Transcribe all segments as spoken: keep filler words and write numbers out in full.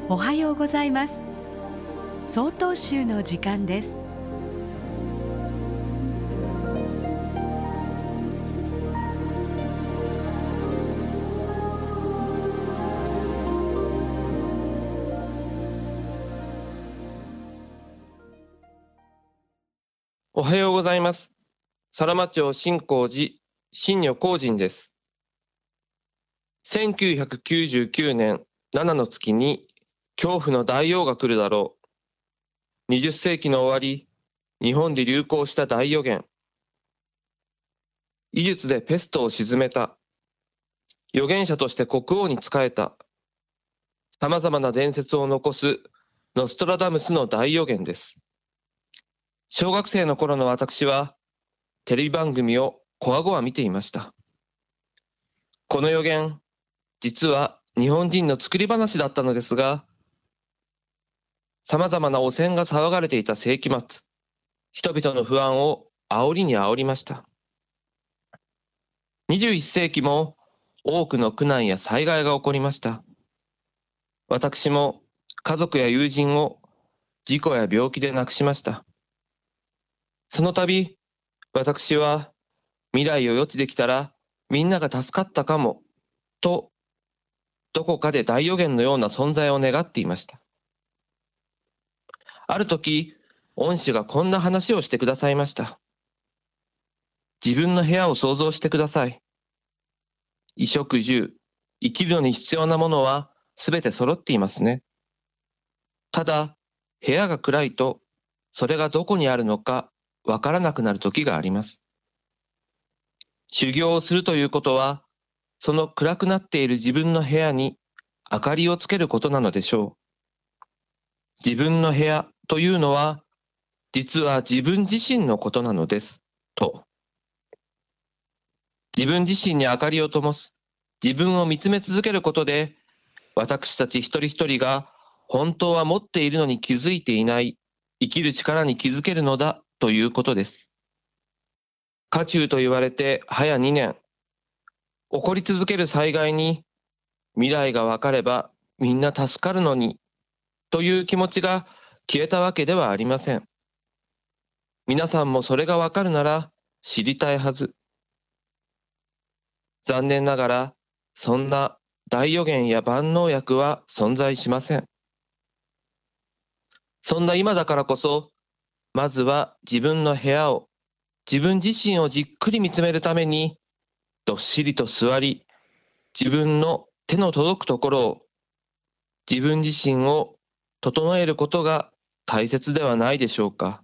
おはようございます。曹洞宗の時間です。 おはようございます。佐良町新光寺真如光神です。せんきゅうひゃくきゅうじゅうきゅうねんしちの月に恐怖の大王が来るだろう。にじゅっせいきの終わり、日本で流行した大予言。医術でペストを鎮めた。預言者として国王に仕えた。さまざまな伝説を残すノストラダムスの大予言です。小学生の頃の私は、テレビ番組をこわごわ見ていました。この予言、実は日本人の作り話だったのですが、さまざまな汚染が騒がれていた世紀末、人々の不安を煽りに煽りました。にじゅういっせいきも多くの苦難や災害が起こりました。私も家族や友人を事故や病気で亡くしました。その度、私は未来を予知できたらみんなが助かったかもと、どこかで大予言のような存在を願っていました。ある時、恩師がこんな話をしてくださいました。自分の部屋を想像してください。衣食住、生きるのに必要なものはすべて揃っていますね。ただ、部屋が暗いと、それがどこにあるのかわからなくなる時があります。修行をするということは、その暗くなっている自分の部屋に明かりをつけることなのでしょう。自分の部屋というのは、実は自分自身のことなのです、と。自分自身に明かりを灯す、自分を見つめ続けることで、私たち一人一人が本当は持っているのに気づいていない生きる力に気づけるのだということです。渦中と言われて早にねん、起こり続ける災害に未来が分かればみんな助かるのにという気持ちが消えたわけではありません。皆さんもそれが分かるなら知りたいはず。残念ながらそんな大予言や万能薬は存在しません。そんな今だからこそ、まずは自分の部屋を、自分自身をじっくり見つめるために、どっしりと座り、自分の手の届くところを、自分自身を整えることが大切ではないでしょうか。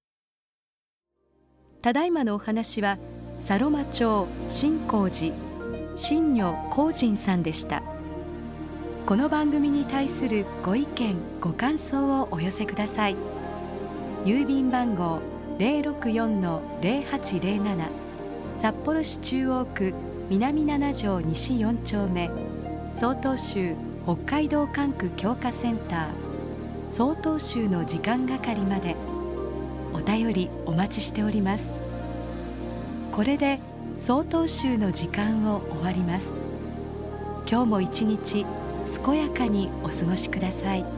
ただいまのお話は、佐呂間町新光寺真如光神さんでした。この番組に対するご意見ご感想をお寄せください。郵便番号 ゼロろくよんのゼロはちゼロなな 札幌市中央区南なな条西よん丁目、曹洞宗北海道管区強化センター曹洞宗の時間係まで。お便りお待ちしております。これで曹洞宗の時間を終わります。今日も一日健やかにお過ごしください。